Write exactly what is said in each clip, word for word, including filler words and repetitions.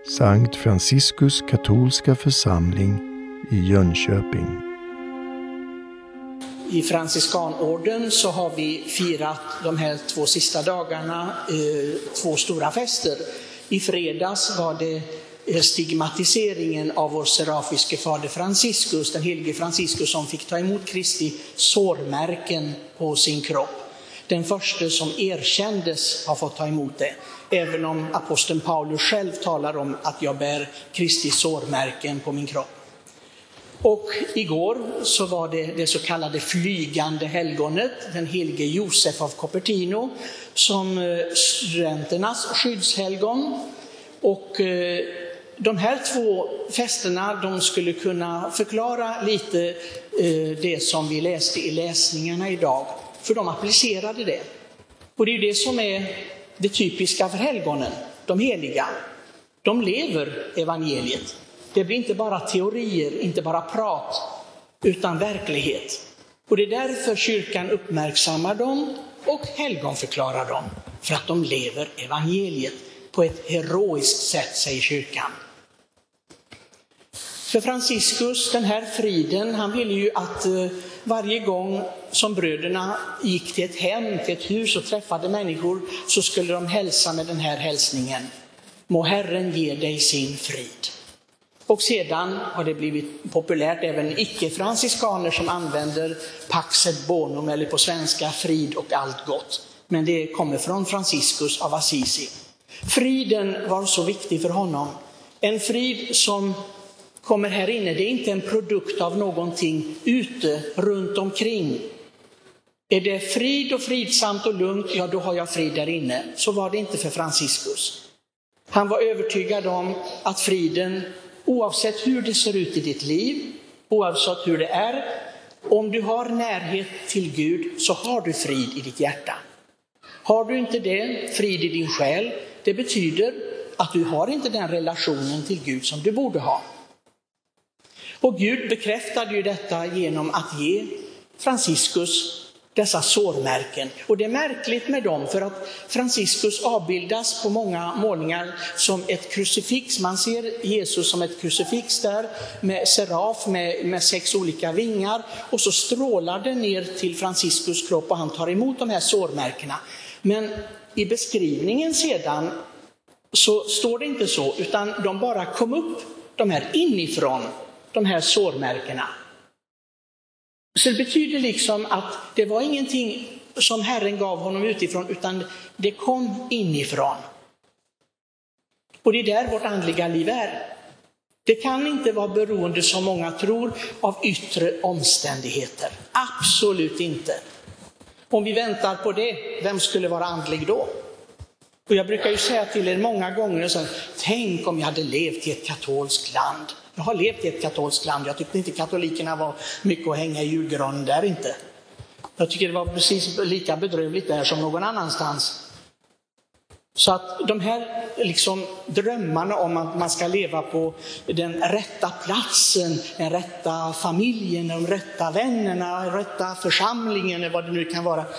Sankt Franciskus katolska församling i Jönköping. I Franciskanorden så har vi firat de här två sista dagarna eh, två stora fester. I fredags var det stigmatiseringen av vår serafiske fader Franciscus, den helige Franciscus som fick ta emot Kristi sårmärken på sin kropp. Den första som erkändes har fått ta emot det, även om aposteln Paulus själv talar om att jag bär Kristi sårmärken på min kropp. Och igår så var det det så kallade flygande helgonet, den helige Josef av Cupertino, som studenternas skyddshelgon. Och de här två festerna, de skulle kunna förklara lite det som vi läste i läsningarna idag. För de applicerade det. Och det är ju det som är det typiska för helgonen, de heliga. De lever evangeliet. Det blir inte bara teorier, inte bara prat, utan verklighet. Och det är därför kyrkan uppmärksammar dem och helgonförklarar dem. För att de lever evangeliet på ett heroiskt sätt, säger kyrkan. För Franciscus, den här friden, han ville ju att varje gång som bröderna gick till ett hem, till ett hus och träffade människor, så skulle de hälsa med den här hälsningen: må Herren ge dig sin frid. Och sedan har det blivit populärt även icke-franciskaner som använder Pax et bonum, eller på svenska frid och allt gott. Men det kommer från Franciscus av Assisi. Friden var så viktig för honom. En frid som kommer här inne, det är inte en produkt av någonting ute runt omkring. Är det frid och fridsamt och lugnt, ja då har jag frid där inne. Så var det inte för Franciscus. Han var övertygad om att friden, oavsett hur det ser ut i ditt liv, oavsett hur det är, om du har närhet till Gud så har du frid i ditt hjärta. Har du inte det, frid i din själ, det betyder att du har inte den relationen till Gud som du borde ha. Och Gud bekräftade ju detta genom att ge Franciscus dessa sårmärken. Och det är märkligt med dem, för att Franciscus avbildas på många målningar som ett krucifix. Man ser Jesus som ett krucifix där med seraf med, med sex olika vingar. Och så strålar det ner till Franciscus kropp och han tar emot de här sårmärkena. Men i beskrivningen sedan så står det inte så, utan de bara kom upp, de här inifrån, de här sårmärkena. Så det betyder liksom att det var ingenting som Herren gav honom utifrån, utan det kom inifrån. Och det är där vårt andliga liv är. Det kan inte vara beroende, som många tror, av yttre omständigheter. Absolut inte. Om vi väntar på det, vem skulle vara andlig då? Och jag brukar ju säga till er många gånger, så, tänk om jag hade levt i ett katolskt land. Jag har levt i ett katolskt land. Jag tyckte inte katolikerna var mycket att hänga i julgranen där inte. Jag tycker det var precis lika bedrövligt där som någon annanstans. Så att de här liksom drömmarna om att man ska leva på den rätta platsen, den rätta familjen, de rätta vännerna, den rätta församlingen eller vad det nu kan vara.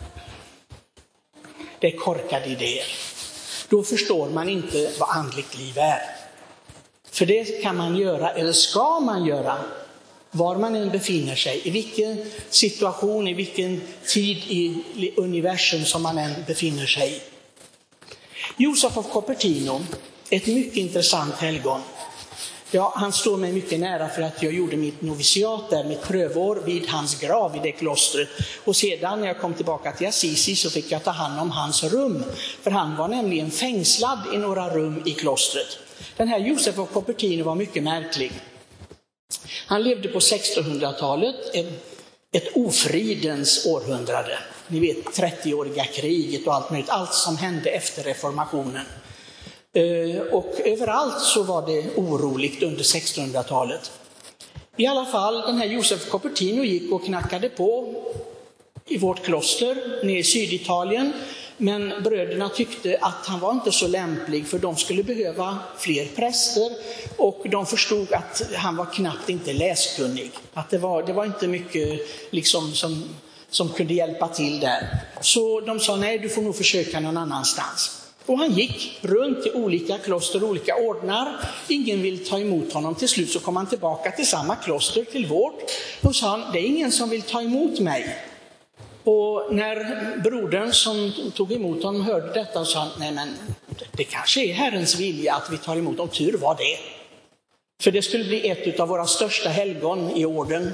Det är korkade idéer. Då förstår man inte vad andligt liv är. För det kan man göra, eller ska man göra, var man än befinner sig, i vilken situation, i vilken tid i universum som man än befinner sig i. Josef av Cupertino, ett mycket intressant helgon. Ja, han står mig mycket nära för att jag gjorde mitt noviciat där, mitt prövår vid hans grav i det klostret. Och sedan när jag kom tillbaka till Assisi så fick jag ta hand om hans rum. För han var nämligen fängslad i några rum i klostret. Den här Josef av Cupertino var mycket märklig. Han levde på sextonhundratalet, ett ofridens århundrade. Ni vet, trettioåriga kriget och allt möjligt, allt som hände efter reformationen. Och överallt så var det oroligt under sextonhundratalet. I alla fall, den här Josef Cupertino gick och knackade på i vårt kloster nere i Syditalien. Men bröderna tyckte att han var inte så lämplig, för de skulle behöva fler präster. Och de förstod att han var knappt inte läskunnig. Att det var, det var inte mycket liksom som, som kunde hjälpa till där. Så de sa, nej, du får nog försöka någon annanstans. Och han gick runt i olika kloster, olika ordnar. Ingen vill ta emot honom. Till slut så kom han tillbaka till samma kloster, till vårt. Och sa han, det är ingen som vill ta emot mig. Och när brodern som tog emot honom hörde detta sa han, nej men det kanske är Herrens vilja att vi tar emot dem. Tur var det. För det skulle bli ett av våra största helgon i orden.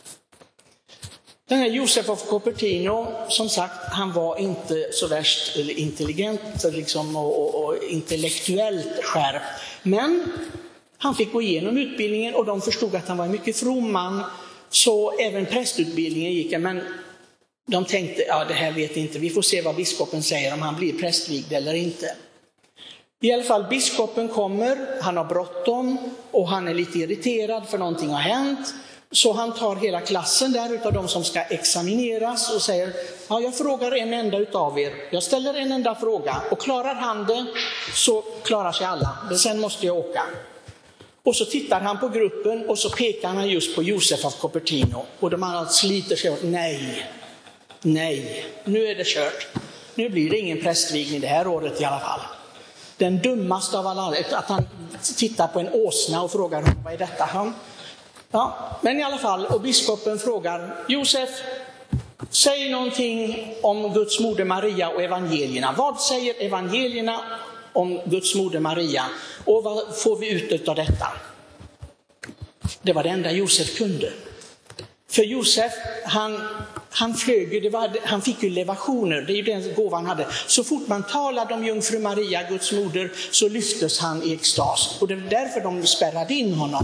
Den här Josef av Cupertino, som sagt, han var inte så värst intelligent liksom, och, och, och intellektuellt skärpt. Men han fick gå igenom utbildningen och de förstod att han var en mycket from man. Så även prästutbildningen gick. Men de tänkte, ja det här vet inte, vi får se vad biskopen säger om han blir prästvigd eller inte. I alla fall, biskopen kommer, han har bråttom och han är lite irriterad för någonting har hänt. Så han tar hela klassen där utav de som ska examineras och säger, ja jag frågar en enda utav er, jag ställer en enda fråga och klarar han det så klarar sig alla, men sen måste jag åka. Och så tittar han på gruppen och så pekar han just på Josef av Cupertino och de andra sliter sig åt, nej, nej, nu är det kört. Nu blir det ingen prästvigning det här året i alla fall. Den dummaste av alla, att han tittar på en åsna och frågar honom, vad är detta han? Ja, men i alla fall, och biskopen frågar, Josef, säg någonting om Guds moder Maria och evangelierna. Vad säger evangelierna om Guds moder Maria? Och vad får vi ut av detta? Det var det enda Josef kunde. För Josef, han, han flög, det var, han fick ju levationer, det är ju den gåvan han hade. Så fort man talade om jungfru Maria, Guds moder, så lyftes han i extas. Och det var därför de spärrade in honom.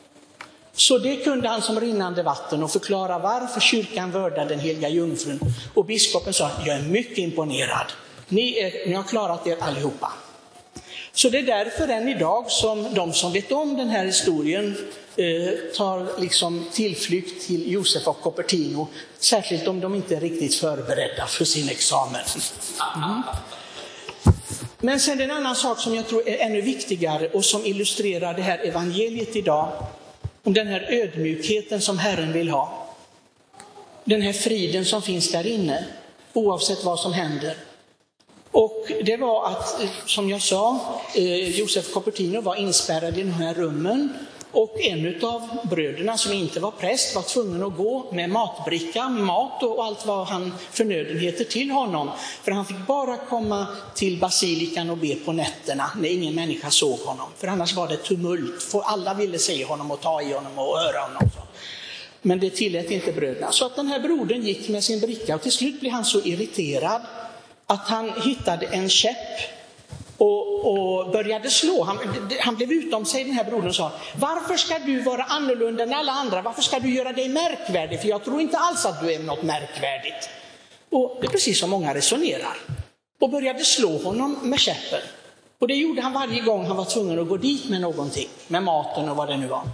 Så det kunde han som rinnande vatten och förklara varför kyrkan vördar den heliga jungfrun. Och biskopen sa, jag är mycket imponerad. Ni, är, ni har klarat er allihopa. Så det är därför än idag som de som vet om den här historien eh, tar liksom tillflykt till Josef av Cupertino. Särskilt om de inte är riktigt förberedda för sin examen. Mm. Men sen en annan sak som jag tror är ännu viktigare och som illustrerar det här evangeliet idag. Om den här ödmjukheten som Herren vill ha. Den här friden som finns där inne, oavsett vad som händer. Och det var att, som jag sa, Josef Cupertino var inspärrad i de här rummen. Och en av bröderna som inte var präst var tvungen att gå med matbricka, mat och allt vad han förnödenheter till honom. För han fick bara komma till basilikan och be på nätterna när ingen människa såg honom. För annars var det tumult, för alla ville se honom och ta i honom och höra honom. Men det tillät inte bröderna. Så att den här brodern gick med sin bricka och till slut blev han så irriterad att han hittade en käpp Och, och började slå. Han, han blev utom sig, den här brodern, och sa, varför ska du vara annorlunda än alla andra? Varför ska du göra dig märkvärdig? För jag tror inte alls att du är något märkvärdigt. Och det är precis som många resonerar. Och började slå honom med käppen. Och det gjorde han varje gång han var tvungen att gå dit med någonting. Med maten och vad det nu var.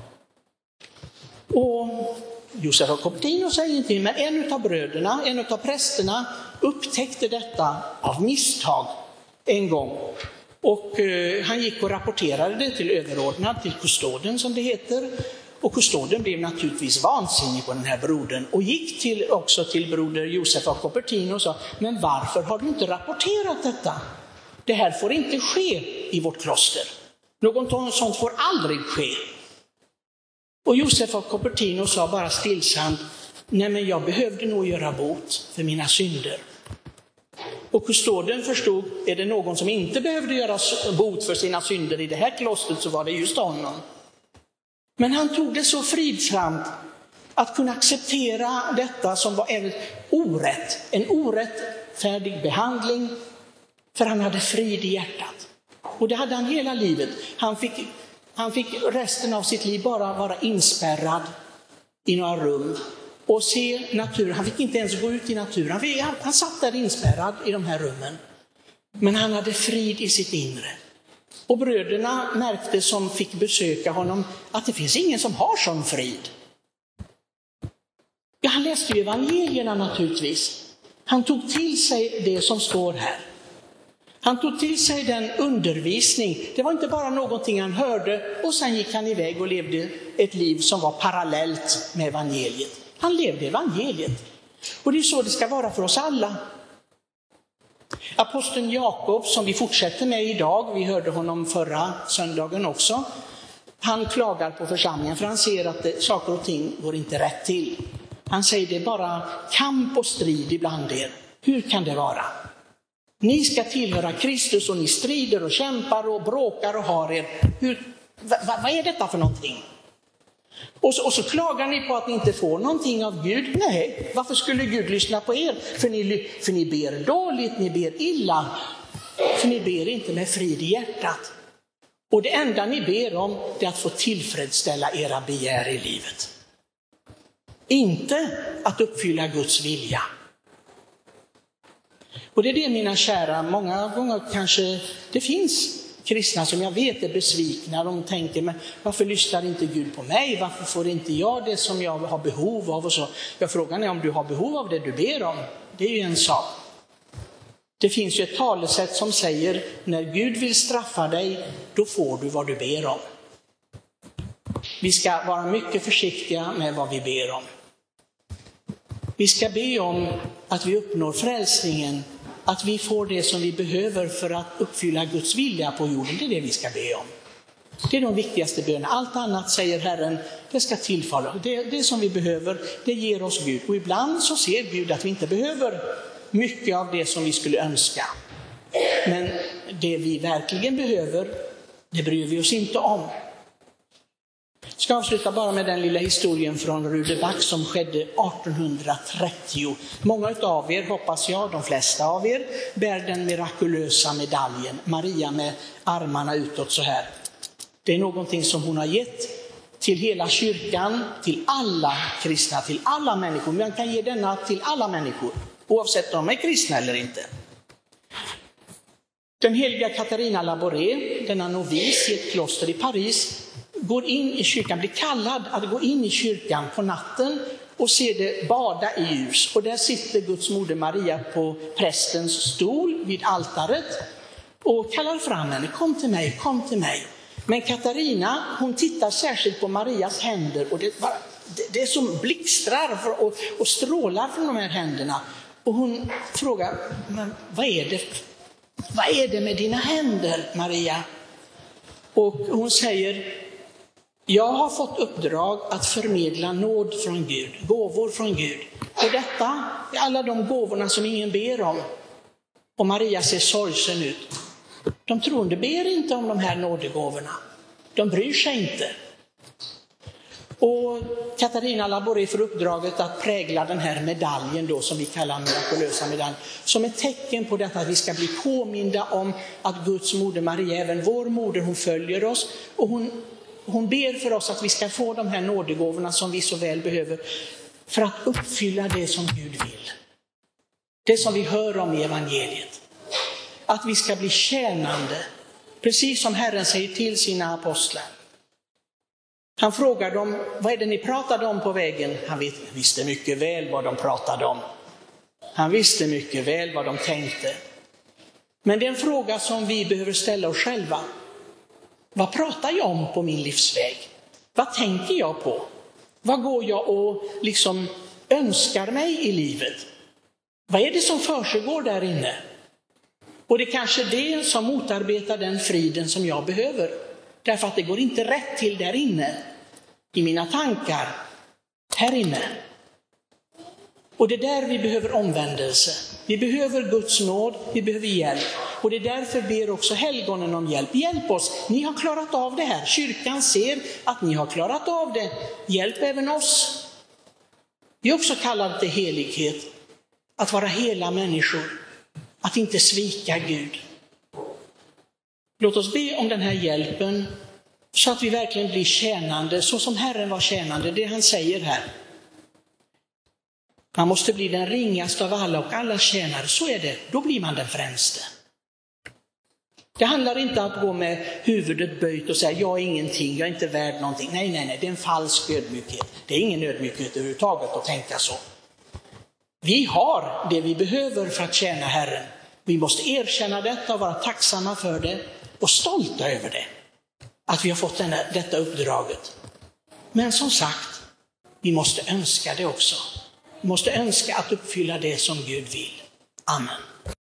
Och Josef av Cupertino säger ingenting, men en av bröderna, en av prästerna upptäckte detta av misstag en gång. Och eh, han gick och rapporterade det till överordnad, till kustoden som det heter. Och kustoden blev naturligtvis vansinnig på den här brodern. Och gick till, också till broder Josef av Cupertino och sa, men varför har du inte rapporterat detta? Det här får inte ske i vårt kloster. Något sånt får aldrig ske. Och Josef av Cupertino sa bara stillsamt, nej men jag behövde nog göra bot för mina synder. Och kustoden förstod, är det någon som inte behövde göra bot för sina synder i det här klostret, så var det just honom. Men han tog det så fridsamt att kunna acceptera detta som var en orätt, en orättfärdig behandling, för han hade frid i hjärtat. Och det hade han hela livet. Han fick, han fick resten av sitt liv bara vara inspärrad i några rum och se naturen. Han fick inte ens gå ut i naturen. Han, fick, han, han satt där inspärrad i de här rummen. Men han hade frid i sitt inre. Och bröderna märkte som fick besöka honom att det finns ingen som har sån frid. Ja, han läste ju evangelierna naturligtvis. Han tog till sig det som står här. Han tog till sig den undervisning. Det var inte bara någonting han hörde och sen gick han iväg och levde ett liv som var parallellt med evangeliet. Han levde evangeliet. Och det är så det ska vara för oss alla. Aposteln Jakob, som vi fortsätter med idag, vi hörde honom förra söndagen också, han klagar på församlingen för han ser att det, saker och ting går inte rätt till. Han säger det är bara kamp och strid ibland er. Hur kan det vara? Ni ska tillhöra Kristus och ni strider och kämpar och bråkar och har er. Hur, vad, vad är detta för någonting? Och så, och så klagar ni på att ni inte får någonting av Gud. Nej, varför skulle Gud lyssna på er? För ni, för ni ber dåligt, ni ber illa. För ni ber inte med frid i hjärtat. Och det enda ni ber om är att få tillfredsställa era begär i livet. Inte att uppfylla Guds vilja. Och det är det, mina kära, många gånger kanske det finns kristna som jag vet är besvikna. De tänker, men varför lyssnar inte Gud på mig? Varför får inte jag det som jag har behov av? Och så. Jag frågar är om du har behov av det du ber om. Det är ju en sak. Det finns ju ett talesätt som säger, när Gud vill straffa dig, då får du vad du ber om. Vi ska vara mycket försiktiga med vad vi ber om. Vi ska be om att vi uppnår frälsningen, att vi får det som vi behöver för att uppfylla Guds vilja på jorden. Det är det vi ska be om. Det är de viktigaste bönerna. Allt annat, säger Herren, det ska tillfalla. Det, det som vi behöver, det ger oss Gud. Och ibland så ser Gud att vi inte behöver mycket av det som vi skulle önska. Men det vi verkligen behöver, det bryr vi oss inte om. Jag ska avsluta bara med den lilla historien från Rudeback som skedde artonhundratrettio. Många av er, hoppas jag, de flesta av er, bär den mirakulösa medaljen. Maria med armarna utåt så här. Det är någonting som hon har gett till hela kyrkan, till alla kristna, till alla människor. Man kan ge denna till alla människor, oavsett om de är kristna eller inte. Den heliga Katarina Labouré, denna novis i ett kloster i Paris, går in i kyrkan, blir kallad att gå in i kyrkan på natten och ser det bada i ljus. Och där sitter Guds moder Maria på prästens stol vid altaret och kallar fram henne. Kom till mig, kom till mig. Men Katarina, hon tittar särskilt på Marias händer och det, bara, det, det är som blixtrar och, och strålar från de här händerna. Och hon frågar, men vad är det, vad är det med dina händer, Maria? Och hon säger, jag har fått uppdrag att förmedla nåd från Gud, gåvor från Gud. Och detta är alla de gåvorna som ingen ber om. Och Maria ser sorgsen ut. De troende ber inte om de här nådegåvorna. De bryr sig inte. Och Katarina Labouré får uppdraget att prägla den här medaljen då, som vi kallar mirakulösa medalj, som ett tecken på detta att vi ska bli påminda om att Guds moder Maria, även vår moder, hon följer oss och hon Hon ber för oss att vi ska få de här nådegåvorna som vi så väl behöver för att uppfylla det som Gud vill. Det som vi hör om i evangeliet. Att vi ska bli tjänande, precis som Herren säger till sina apostlar. Han frågar dem, vad är det ni pratade om på vägen? Han visste mycket väl vad de pratade om. Han visste mycket väl vad de tänkte. Men det är en fråga som vi behöver ställa oss själva. Vad pratar jag om på min livsväg? Vad tänker jag på? Vad går jag och liksom önskar mig i livet? Vad är det som försiggår där inne? Och det är kanske det som motarbetar den friden som jag behöver. Därför att det går inte rätt till där inne. I mina tankar. Här inne. Och det är där vi behöver omvändelse. Vi behöver Guds nåd, vi behöver hjälp. Och det är därför ber också helgonen om hjälp. Hjälp oss, ni har klarat av det här. Kyrkan ser att ni har klarat av det. Hjälp även oss. Vi är också kallade till helighet. Att vara hela människor. Att inte svika Gud. Låt oss be om den här hjälpen så att vi verkligen blir tjänande så som Herren var tjänande. Det han säger här. Man måste bli den ringaste av alla och alla tjänare. Så är det. Då blir man den främste. Det handlar inte om att gå med huvudet böjt och säga jag är ingenting, jag är inte värd någonting. Nej, nej, nej. Det är en falsk ödmjukhet. Det är ingen ödmjukhet överhuvudtaget att tänka så. Vi har det vi behöver för att tjäna Herren. Vi måste erkänna detta och vara tacksamma för det och stolta över det. Att vi har fått denna, detta uppdraget. Men som sagt, vi måste önska det också. Vi måste önska att uppfylla det som Gud vill. Amen.